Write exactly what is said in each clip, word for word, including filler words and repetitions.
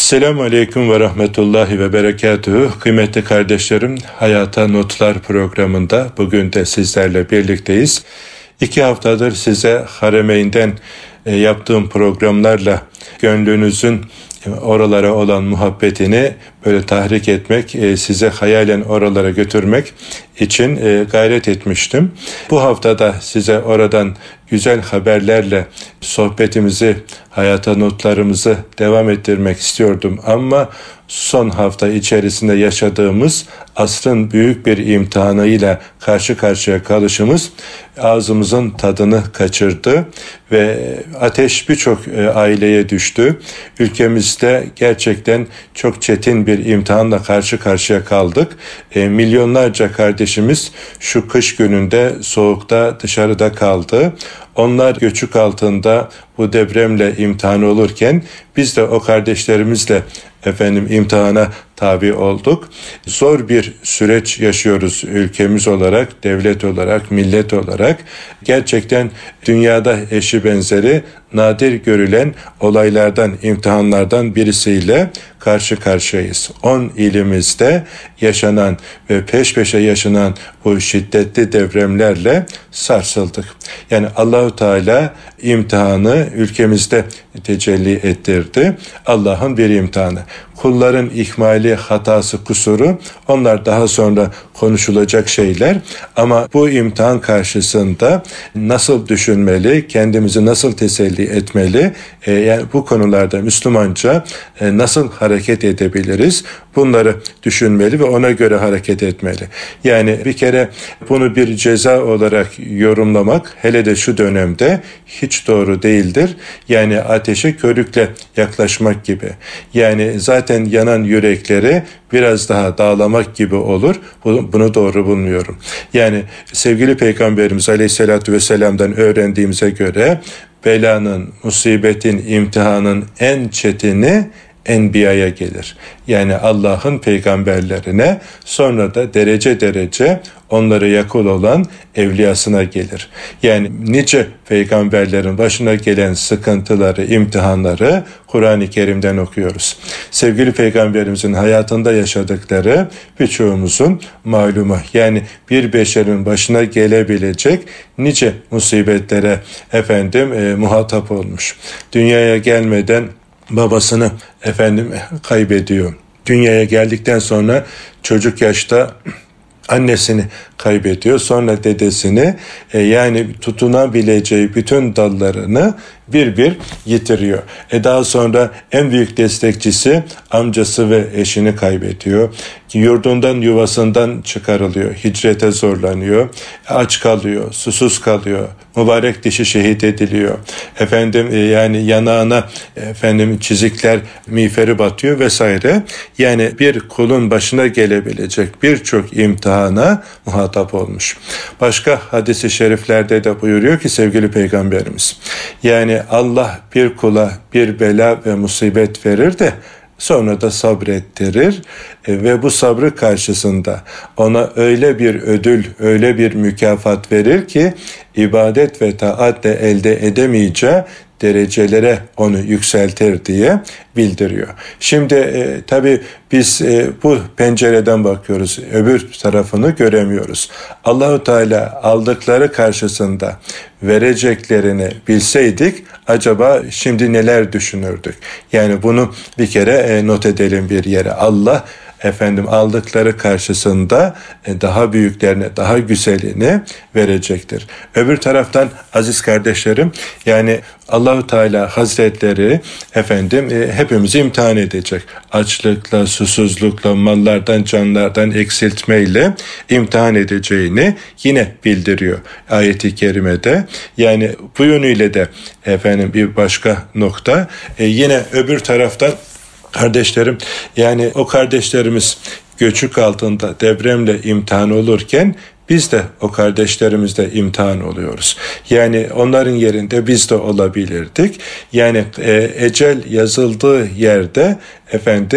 Selamun Aleyküm ve Rahmetullahi ve Berekatuhu. Kıymetli kardeşlerim, Hayata Notlar programında bugün de sizlerle birlikteyiz. İki haftadır size Haremeyn'den yaptığım programlarla gönlünüzün oralara olan muhabbetini böyle tahrik etmek, size hayalen oralara götürmek için gayret etmiştim. Bu haftada size oradan güzel haberlerle sohbetimizi, hayata notlarımızı devam ettirmek istiyordum. Ama son hafta içerisinde yaşadığımız asrın büyük bir imtihanıyla karşı karşıya kalışımız ağzımızın tadını kaçırdı ve ateş birçok aileye düştü. Ülkemizde gerçekten çok çetin bir imtihanla karşı karşıya kaldık. E, milyonlarca kardeşimiz şu kış gününde soğukta dışarıda kaldı. Onlar göçük altında bu depremle imtihan olurken biz de o kardeşlerimizle efendim imtihana tabi olduk. Zor bir süreç yaşıyoruz ülkemiz olarak, devlet olarak, millet olarak. Gerçekten dünyada eşi benzeri nadir görülen olaylardan, imtihanlardan birisiyle karşı karşıyayız. on ilimizde yaşanan ve peş peşe yaşanan bu şiddetli depremlerle sarsıldık. Yani Allahu Teala imtihanı ülkemizde tecelli ettirdi. Allah'ın bir imtihanı. Kulların ihmali, hatası, kusuru onlar daha sonra konuşulacak şeyler. Ama bu imtihan karşısında nasıl düşünmeli, kendimizi nasıl teselli etmeli, e, yani bu konularda Müslümanca e, nasıl hareket edebiliriz? Bunları düşünmeli ve ona göre hareket etmeli. Yani bir kere bunu bir ceza olarak yorumlamak hele de şu dönemde hiç doğru değildir. Yani ateşe körükle yaklaşmak gibi. Yani zaten yanan yürekleri biraz daha dağlamak gibi olur. Bunu doğru bulmuyorum. Yani sevgili Peygamberimiz Aleyhisselatü Vesselam'dan öğrendiğimize göre belanın, musibetin, imtihanın en çetini Enbiya'ya gelir. Yani Allah'ın peygamberlerine, sonra da derece derece onlara yakın olan evliyasına gelir. Yani nice peygamberlerin başına gelen sıkıntıları, imtihanları Kur'an-ı Kerim'den okuyoruz. Sevgili peygamberimizin hayatında yaşadıkları birçoğumuzun malumu. Yani bir beşerin başına gelebilecek nice musibetlere efendim e, muhatap olmuş. Dünyaya gelmeden babasını efendim kaybediyor. Dünyaya geldikten sonra çocuk yaşta annesini kaybediyor. Sonra dedesini, e, yani tutunabileceği bütün dallarını bir bir yitiriyor. E daha sonra en büyük destekçisi amcası ve eşini kaybediyor. Yurdundan, yuvasından çıkarılıyor. Hicrete zorlanıyor. Aç kalıyor, susuz kalıyor. Mübarek dişi şehit ediliyor. Efendim e, yani yanağına efendim çizikler, miğferi batıyor vesaire. Yani bir kulun başına gelebilecek birçok imtihana muhatap olmuş. Başka hadis-i şeriflerde de buyuruyor ki sevgili Peygamberimiz, yani Allah bir kula bir bela ve musibet verir de sonra da sabrettirir e, ve bu sabrı karşısında ona öyle bir ödül, öyle bir mükafat verir ki ibadet ve taatle elde edemeyeceği derecelere onu yükseltir diye bildiriyor. Şimdi e, tabii biz e, bu pencereden bakıyoruz. Öbür tarafını göremiyoruz. Allahu Teala aldıkları karşısında vereceklerini bilseydik acaba şimdi neler düşünürdük? Yani bunu bir kere e, not edelim bir yere. Allah efendim aldıkları karşısında daha büyüklerine, daha güzelini verecektir. Öbür taraftan aziz kardeşlerim, yani Allahu Teala Hazretleri efendim e, hepimizi imtihan edecek. Açlıkla, susuzlukla, mallardan, canlardan eksiltmeyle imtihan edeceğini yine bildiriyor ayet-i kerimede. Yani bu yönüyle de efendim bir başka nokta. E, yine öbür taraftan kardeşlerim, yani o kardeşlerimiz göçük altında depremle imtihan olurken biz de o kardeşlerimizle imtihan oluyoruz. Yani onların yerinde biz de olabilirdik. Yani e, ecel yazıldığı yerde efendim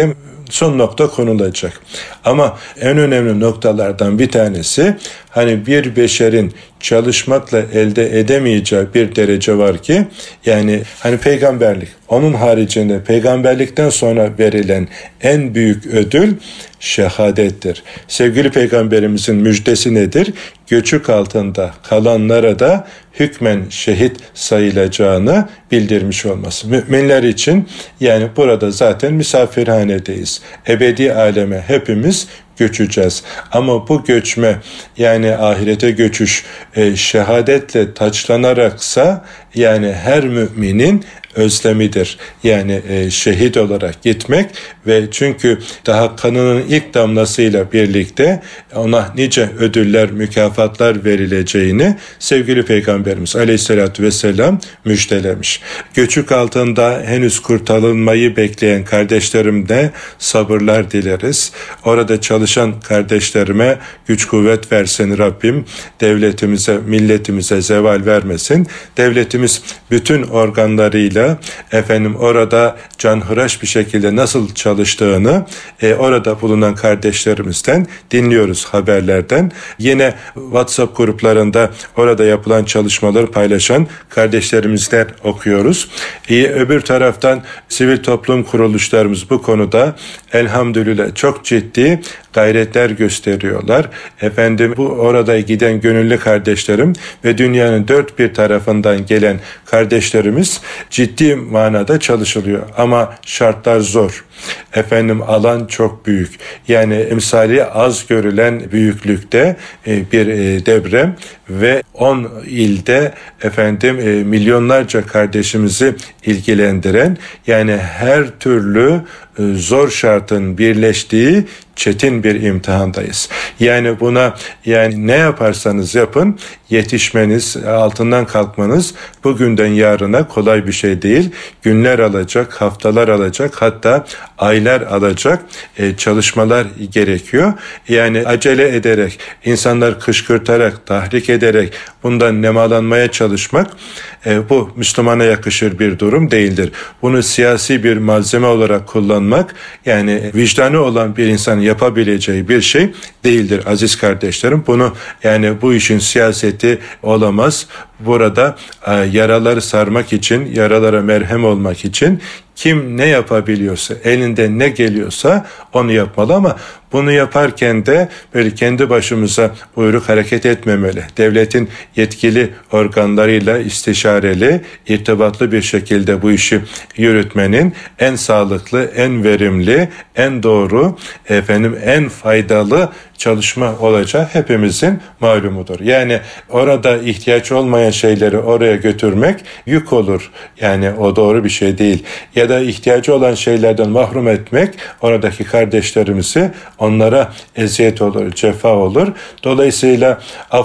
son nokta konulacak. Ama en önemli noktalardan bir tanesi, hani bir beşerin çalışmakla elde edemeyeceği bir derece var ki, yani hani peygamberlik, onun haricinde peygamberlikten sonra verilen en büyük ödül şehadettir. Sevgili Peygamberimizin müjdesi nedir? Göçük altında kalanlara da hükmen şehit sayılacağını bildirmiş olması. Müminler için, yani burada zaten misafirhanedeyiz. Ebedi aleme hepimiz göçeceğiz. Ama bu göçme, yani ahirete göçüş e, şehadetle taçlanaraksa, yani her müminin özlemidir. Yani e, şehit olarak gitmek ve çünkü daha kanının ilk damlasıyla birlikte ona nice ödüller, mükafatlar verileceğini sevgili Peygamberimiz Aleyhisselatü Vesselam müjdelemiş. Göçük altında henüz kurtarılmayı bekleyen kardeşlerimde sabırlar dileriz. Orada çalışan kardeşlerime güç kuvvet versin Rabbim. Devletimize, milletimize zeval vermesin. Devletimiz bütün organlarıyla efendim orada canhıraş bir şekilde nasıl çalıştığını e, orada bulunan kardeşlerimizden dinliyoruz, haberlerden. Yine WhatsApp gruplarında orada yapılan çalışmaları paylaşan kardeşlerimizden okuyoruz. E, öbür taraftan sivil toplum kuruluşlarımız bu konuda elhamdülillah çok ciddi gayretler gösteriyorlar. Efendim bu orada giden gönüllü kardeşlerim ve dünyanın dört bir tarafından gelen kardeşlerimiz ciddi manada çalışılıyor. Ama şartlar zor. Efendim alan çok büyük. Yani emsali az görülen büyüklükte bir deprem ve on ilde efendim milyonlarca kardeşimizi ilgilendiren, yani her türlü zor şartın birleştiği çetin bir imtihandayız. Yani buna, yani ne yaparsanız yapın, yetişmeniz, altından kalkmanız bugünden yarına kolay bir şey değil. Günler alacak, haftalar alacak, hatta aylar alacak e, çalışmalar gerekiyor. Yani acele ederek, insanlar kışkırtarak, tahrik ederek bundan nemalanmaya çalışmak e, bu Müslümana yakışır bir durum değildir. Bunu siyasi bir malzeme olarak kullanmak, yani vicdanı olan bir insan yapabileceği bir şey değildir aziz kardeşlerim. Bunu, yani bu işin siyaseti olamaz. Burada e, yaraları sarmak için, yaralara merhem olmak için kim ne yapabiliyorsa, elinden ne geliyorsa onu yapmalı, ama bunu yaparken de böyle kendi başımıza buyruk hareket etmemeli. Devletin yetkili organlarıyla istişareli, irtibatlı bir şekilde bu işi yürütmenin en sağlıklı, en verimli, en doğru, efendim en faydalı çalışma olacağı hepimizin malumudur. Yani orada ihtiyaç olmayan şeyleri oraya götürmek yük olur. Yani o doğru bir şey değil. Ya da ihtiyacı olan şeylerden mahrum etmek oradaki kardeşlerimizi, onlara eziyet olur, cefa olur. Dolayısıyla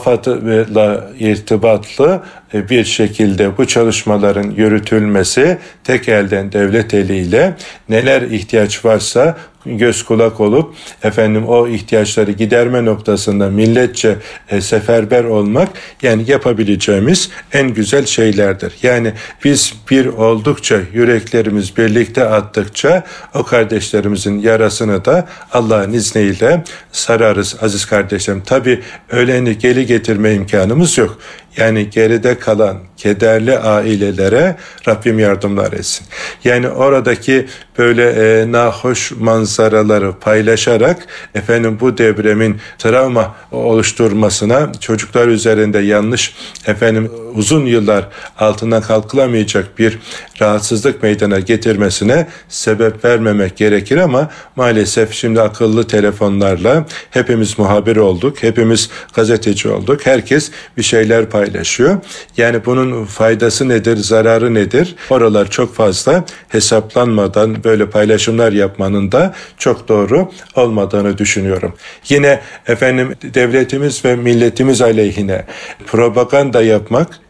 AFAD'la irtibatlı bir şekilde bu çalışmaların yürütülmesi, tek elden devlet eliyle neler ihtiyaç varsa göz kulak olup efendim o ihtiyaçları giderme noktasında milletçe e, seferber olmak, yani yapabileceğimiz en güzel şeylerdir. Yani biz bir oldukça, yüreklerimiz birlikte attıkça o kardeşlerimizin yarasını da Allah'ın izniyle sararız aziz kardeşlerim. Tabii öleni geri getirme imkanımız yok. Yani geride kalan kederli ailelere Rabbim yardımlar etsin. Yani oradaki böyle e, nahoş manzaraları paylaşarak efendim bu depremin travma oluşturmasına, çocuklar üzerinde yanlış efendim uzun yıllar altından kalkılamayacak bir rahatsızlık meydana getirmesine sebep vermemek gerekir, ama maalesef şimdi akıllı telefonlarla hepimiz muhabir olduk, hepimiz gazeteci olduk, herkes bir şeyler paylaşıyor. Yani bunun faydası nedir, zararı nedir? Oralar çok fazla hesaplanmadan böyle paylaşımlar yapmanın da çok doğru olmadığını düşünüyorum. Yine efendim devletimiz ve milletimiz aleyhine propaganda yapmak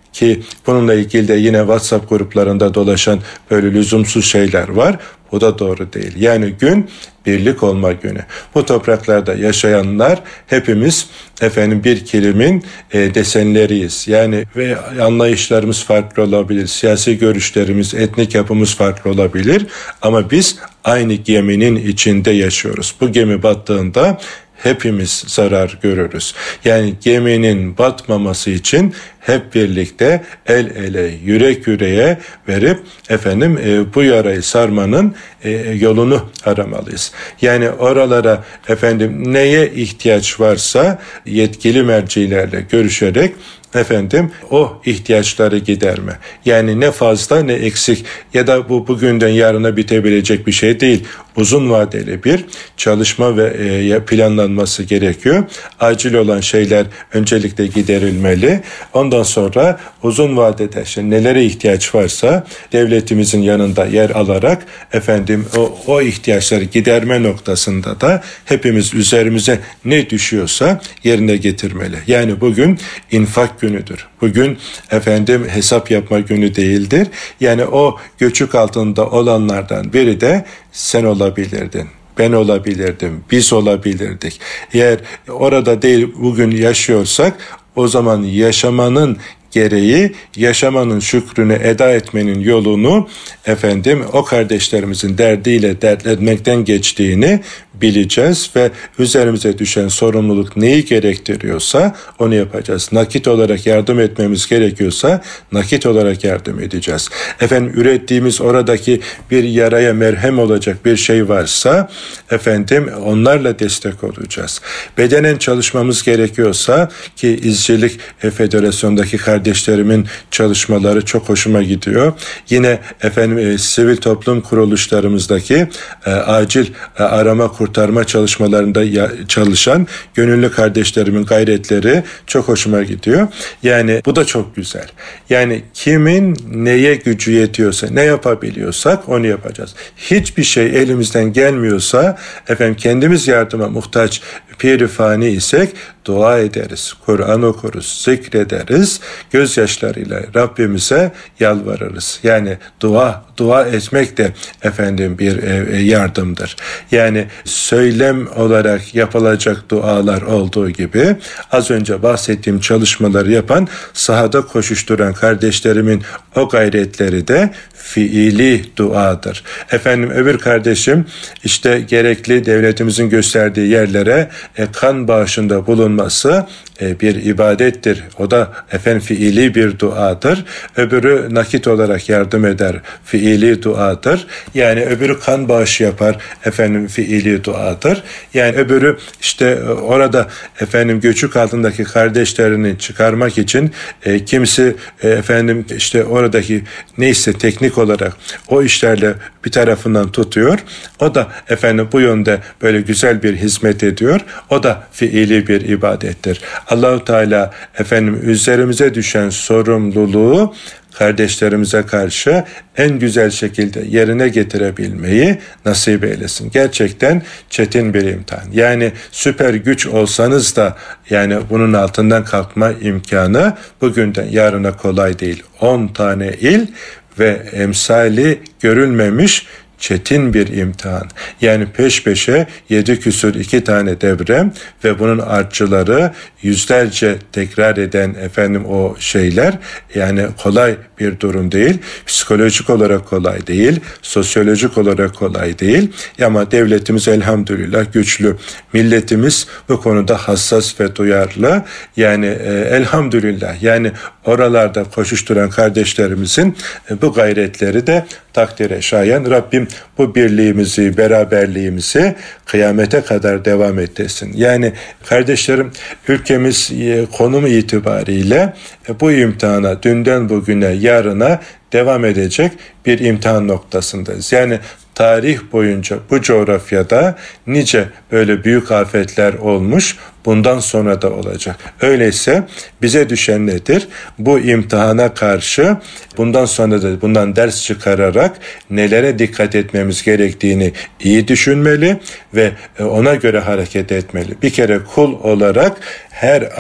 ki bununla ilgili de yine WhatsApp gruplarında dolaşan böyle lüzumsuz şeyler var. Bu da doğru değil. Yani gün birlik olma günü. Bu topraklarda yaşayanlar hepimiz efendim bir kilimin e, desenleriyiz. Yani ve anlayışlarımız farklı olabilir. Siyasi görüşlerimiz, etnik yapımız farklı olabilir. Ama biz aynı geminin içinde yaşıyoruz. Bu gemi battığında hepimiz zarar görürüz. Yani geminin batmaması için hep birlikte el ele, yürek yüreğe verip efendim e, bu yarayı sarmanın e, yolunu aramalıyız. Yani oralara efendim neye ihtiyaç varsa yetkili mercilerle görüşerek efendim o ihtiyaçları giderme. Yani ne fazla ne eksik ya da bu bugünden yarına bitebilecek bir şey değil. Uzun vadeli bir çalışma ve e, planlanması gerekiyor. Acil olan şeyler öncelikle giderilmeli. Ondan sonra uzun vadede işte nelere ihtiyaç varsa devletimizin yanında yer alarak efendim o, o ihtiyaçları giderme noktasında da hepimiz üzerimize ne düşüyorsa yerine getirmeli. Yani bugün infak günüdür. Bugün efendim hesap yapma günü değildir. Yani o göçük altında olanlardan biri de sen olabilirdin. Ben olabilirdim, biz olabilirdik. Eğer orada değil bugün yaşıyorsak o zaman yaşamanın gereği, yaşamanın şükrünü eda etmenin yolunu efendim o kardeşlerimizin derdiyle dertlenmekten geçtiğini bileceğiz ve üzerimize düşen sorumluluk neyi gerektiriyorsa onu yapacağız. Nakit olarak yardım etmemiz gerekiyorsa nakit olarak yardım edeceğiz. Efendim ürettiğimiz oradaki bir yaraya merhem olacak bir şey varsa efendim onlarla destek olacağız. Bedenen çalışmamız gerekiyorsa ki İzcilik Federasyon'daki kardeşlerimin çalışmaları çok hoşuma gidiyor. Yine efendim e, sivil toplum kuruluşlarımızdaki e, acil e, arama kurtarma çalışmalarında ya, çalışan gönüllü kardeşlerimin gayretleri çok hoşuma gidiyor. Yani bu da çok güzel. Yani kimin neye gücü yetiyorsa, ne yapabiliyorsak onu yapacağız. Hiçbir şey elimizden gelmiyorsa efendim kendimiz yardıma muhtaç pirifani isek dua ederiz, Kur'an okuruz, zikrederiz, gözyaşlarıyla Rabbimize yalvarırız. Yani dua, dua etmek de efendim bir yardımdır. Yani söylem olarak yapılacak dualar olduğu gibi az önce bahsettiğim çalışmaları yapan, sahada koşuşturan kardeşlerimin o gayretleri de fiili duadır. Efendim öbür kardeşim işte gerekli devletimizin gösterdiği yerlere e, kan bağışında bulunması e, bir ibadettir. O da efendim fiili bir duadır. Öbürü nakit olarak yardım eder. Fiili duadır. Yani öbürü kan bağışı yapar. Efendim fiili duadır. Yani öbürü işte orada efendim göçük altındaki kardeşlerini çıkarmak için e, kimisi e, efendim işte oradaki neyse teknik olarak o işlerle bir tarafından tutuyor. O da efendim bu yönde böyle güzel bir hizmet ediyor. O da fiili bir ibadettir. Allah-u Teala efendim üzerimize düşen sorumluluğu kardeşlerimize karşı en güzel şekilde yerine getirebilmeyi nasip eylesin. Gerçekten çetin bir imtihan. Yani süper güç olsanız da yani bunun altından kalkma imkanı bugünden yarına kolay değil. on tane il ve emsali görülmemiş çetin bir imtihan. Yani peş peşe yedi küsur iki tane deprem ve bunun artçıları yüzlerce tekrar eden efendim o şeyler yani kolay bir durum değil. Psikolojik olarak kolay değil. Sosyolojik olarak kolay değil. Ama devletimiz elhamdülillah güçlü. Milletimiz bu konuda hassas ve duyarlı. Yani e, elhamdülillah yani oralarda koşuşturan kardeşlerimizin e, bu gayretleri de takdire şayan. Rabbim bu birliğimizi, beraberliğimizi kıyamete kadar devam ettirsin. Yani kardeşlerim ülkemiz konumu itibariyle bu imtihana dünden bugüne, yarına devam edecek bir imtihan noktasındayız. Yani tarih boyunca bu coğrafyada nice böyle büyük afetler olmuş, bundan sonra da olacak. Öyleyse bize düşen nedir? Bu imtihana karşı bundan sonra da bundan ders çıkararak nelere dikkat etmemiz gerektiğini iyi düşünmeli ve ona göre hareket etmeli. Bir kere kul olarak her an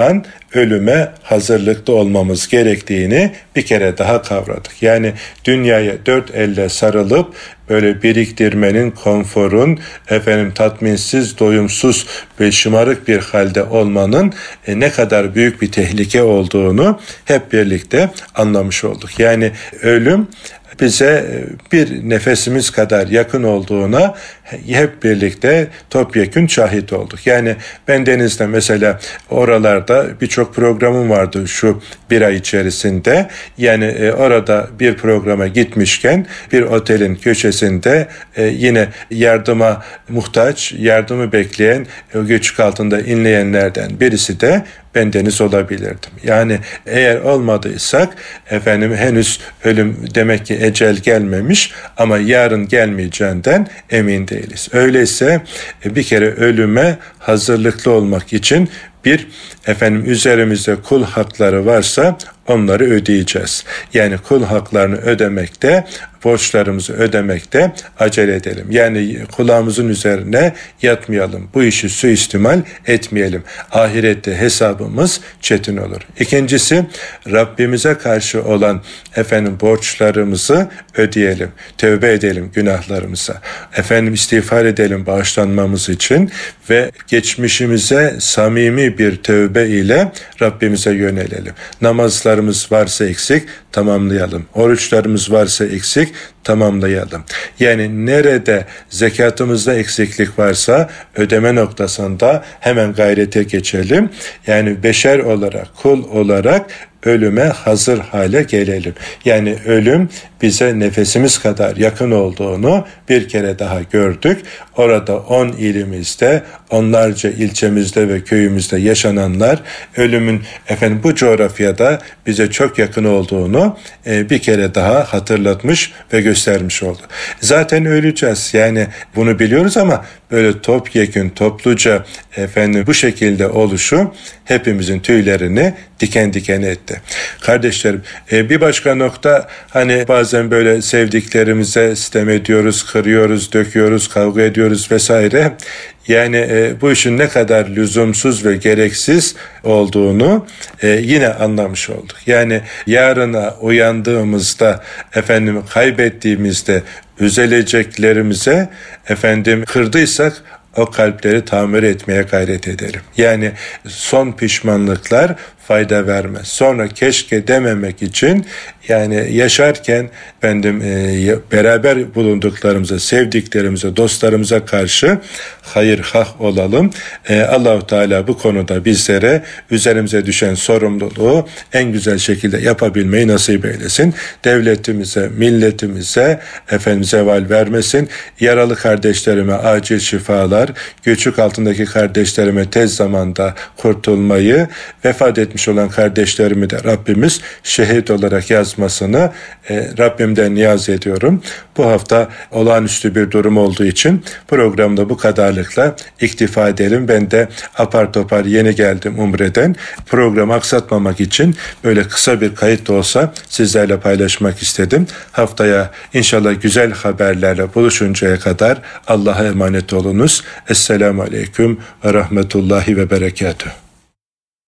ölüme hazırlıklı olmamız gerektiğini bir kere daha kavradık. Yani dünyaya dört elle sarılıp böyle biriktirmenin, konforun, efendim tatminsiz, doyumsuz ve şımarık bir halde olmanın e, ne kadar büyük bir tehlike olduğunu hep birlikte anlamış olduk. Yani ölüm bize bir nefesimiz kadar yakın olduğuna hep birlikte topyekün şahit olduk. Yani ben denizde mesela oralarda birçok programım vardı şu bir ay içerisinde. Yani orada bir programa gitmişken bir otelin köşesinde yine yardıma muhtaç, yardımı bekleyen, o göçük altında inleyenlerden birisi de bendeniz olabilirdim. Yani eğer olmadıysak efendim henüz ölüm demek ki ecel gelmemiş ama yarın gelmeyeceğinden emin değiliz. Öyleyse bir kere ölüme hazırlıklı olmak için bir efendim üzerimizde kul hakları varsa onları ödeyeceğiz. Yani kul haklarını ödemekte, borçlarımızı ödemekte acele edelim. Yani kulağımızın üzerine yatmayalım. Bu işi suistimal etmeyelim. Ahirette hesabımız çetin olur. İkincisi, Rabbimize karşı olan efendim borçlarımızı ödeyelim. Tövbe edelim günahlarımıza. Efendim istiğfar edelim bağışlanmamız için ve geçmişimize samimi bir tövbe ile Rabbimize yönelelim. Namazlarımız varsa eksik tamamlayalım. Oruçlarımız varsa eksik tamamlayalım. Yani nerede zekatımızda eksiklik varsa ödeme noktasında hemen gayrete geçelim. Yani beşer olarak, kul olarak ölüme hazır hale gelelim. Yani ölüm bize nefesimiz kadar yakın olduğunu bir kere daha gördük. Orada on ilimizde, onlarca ilçemizde ve köyümüzde yaşananlar ölümün efendim bu coğrafyada bize çok yakın olduğunu e, bir kere daha hatırlatmış ve göstermiş oldu. Zaten öleceğiz. Yani bunu biliyoruz ama böyle topyekün, topluca efendim bu şekilde oluşu hepimizin tüylerini diken diken etti. Kardeşlerim, e, bir başka nokta, hani bazen böyle sevdiklerimize sitem ediyoruz, kırıyoruz, döküyoruz, kavga ediyoruz vesaire. Yani e, bu işin ne kadar lüzumsuz ve gereksiz olduğunu e, yine anlamış olduk. Yani yarına uyandığımızda, efendim kaybettiğimizde üzüleceklerimize efendim kırdıysak o kalpleri tamir etmeye gayret edelim. Yani son pişmanlıklar fayda vermez. Sonra keşke dememek için yani yaşarken efendim e, beraber bulunduklarımıza, sevdiklerimize, dostlarımıza karşı hayır hah olalım. E, Allah-u Teala bu konuda bizlere üzerimize düşen sorumluluğu en güzel şekilde yapabilmeyi nasip eylesin. Devletimize, milletimize efendim zeval vermesin. Yaralı kardeşlerime acil şifalar, göçük altındaki kardeşlerime tez zamanda kurtulmayı, vefat etmiş olan kardeşlerimi de Rabbimiz şehit olarak yazmasını e, Rabbimden niyaz ediyorum. Bu hafta olağanüstü bir durum olduğu için programda bu kadarlıkla iktifa edelim. Ben de apar topar yeni geldim Umre'den. Programı aksatmamak için böyle kısa bir kayıt da olsa sizlerle paylaşmak istedim. Haftaya inşallah güzel haberlerle buluşuncaya kadar Allah'a emanet olunuz. Esselamu Aleyküm ve Rahmetullahi ve Berekatuhu.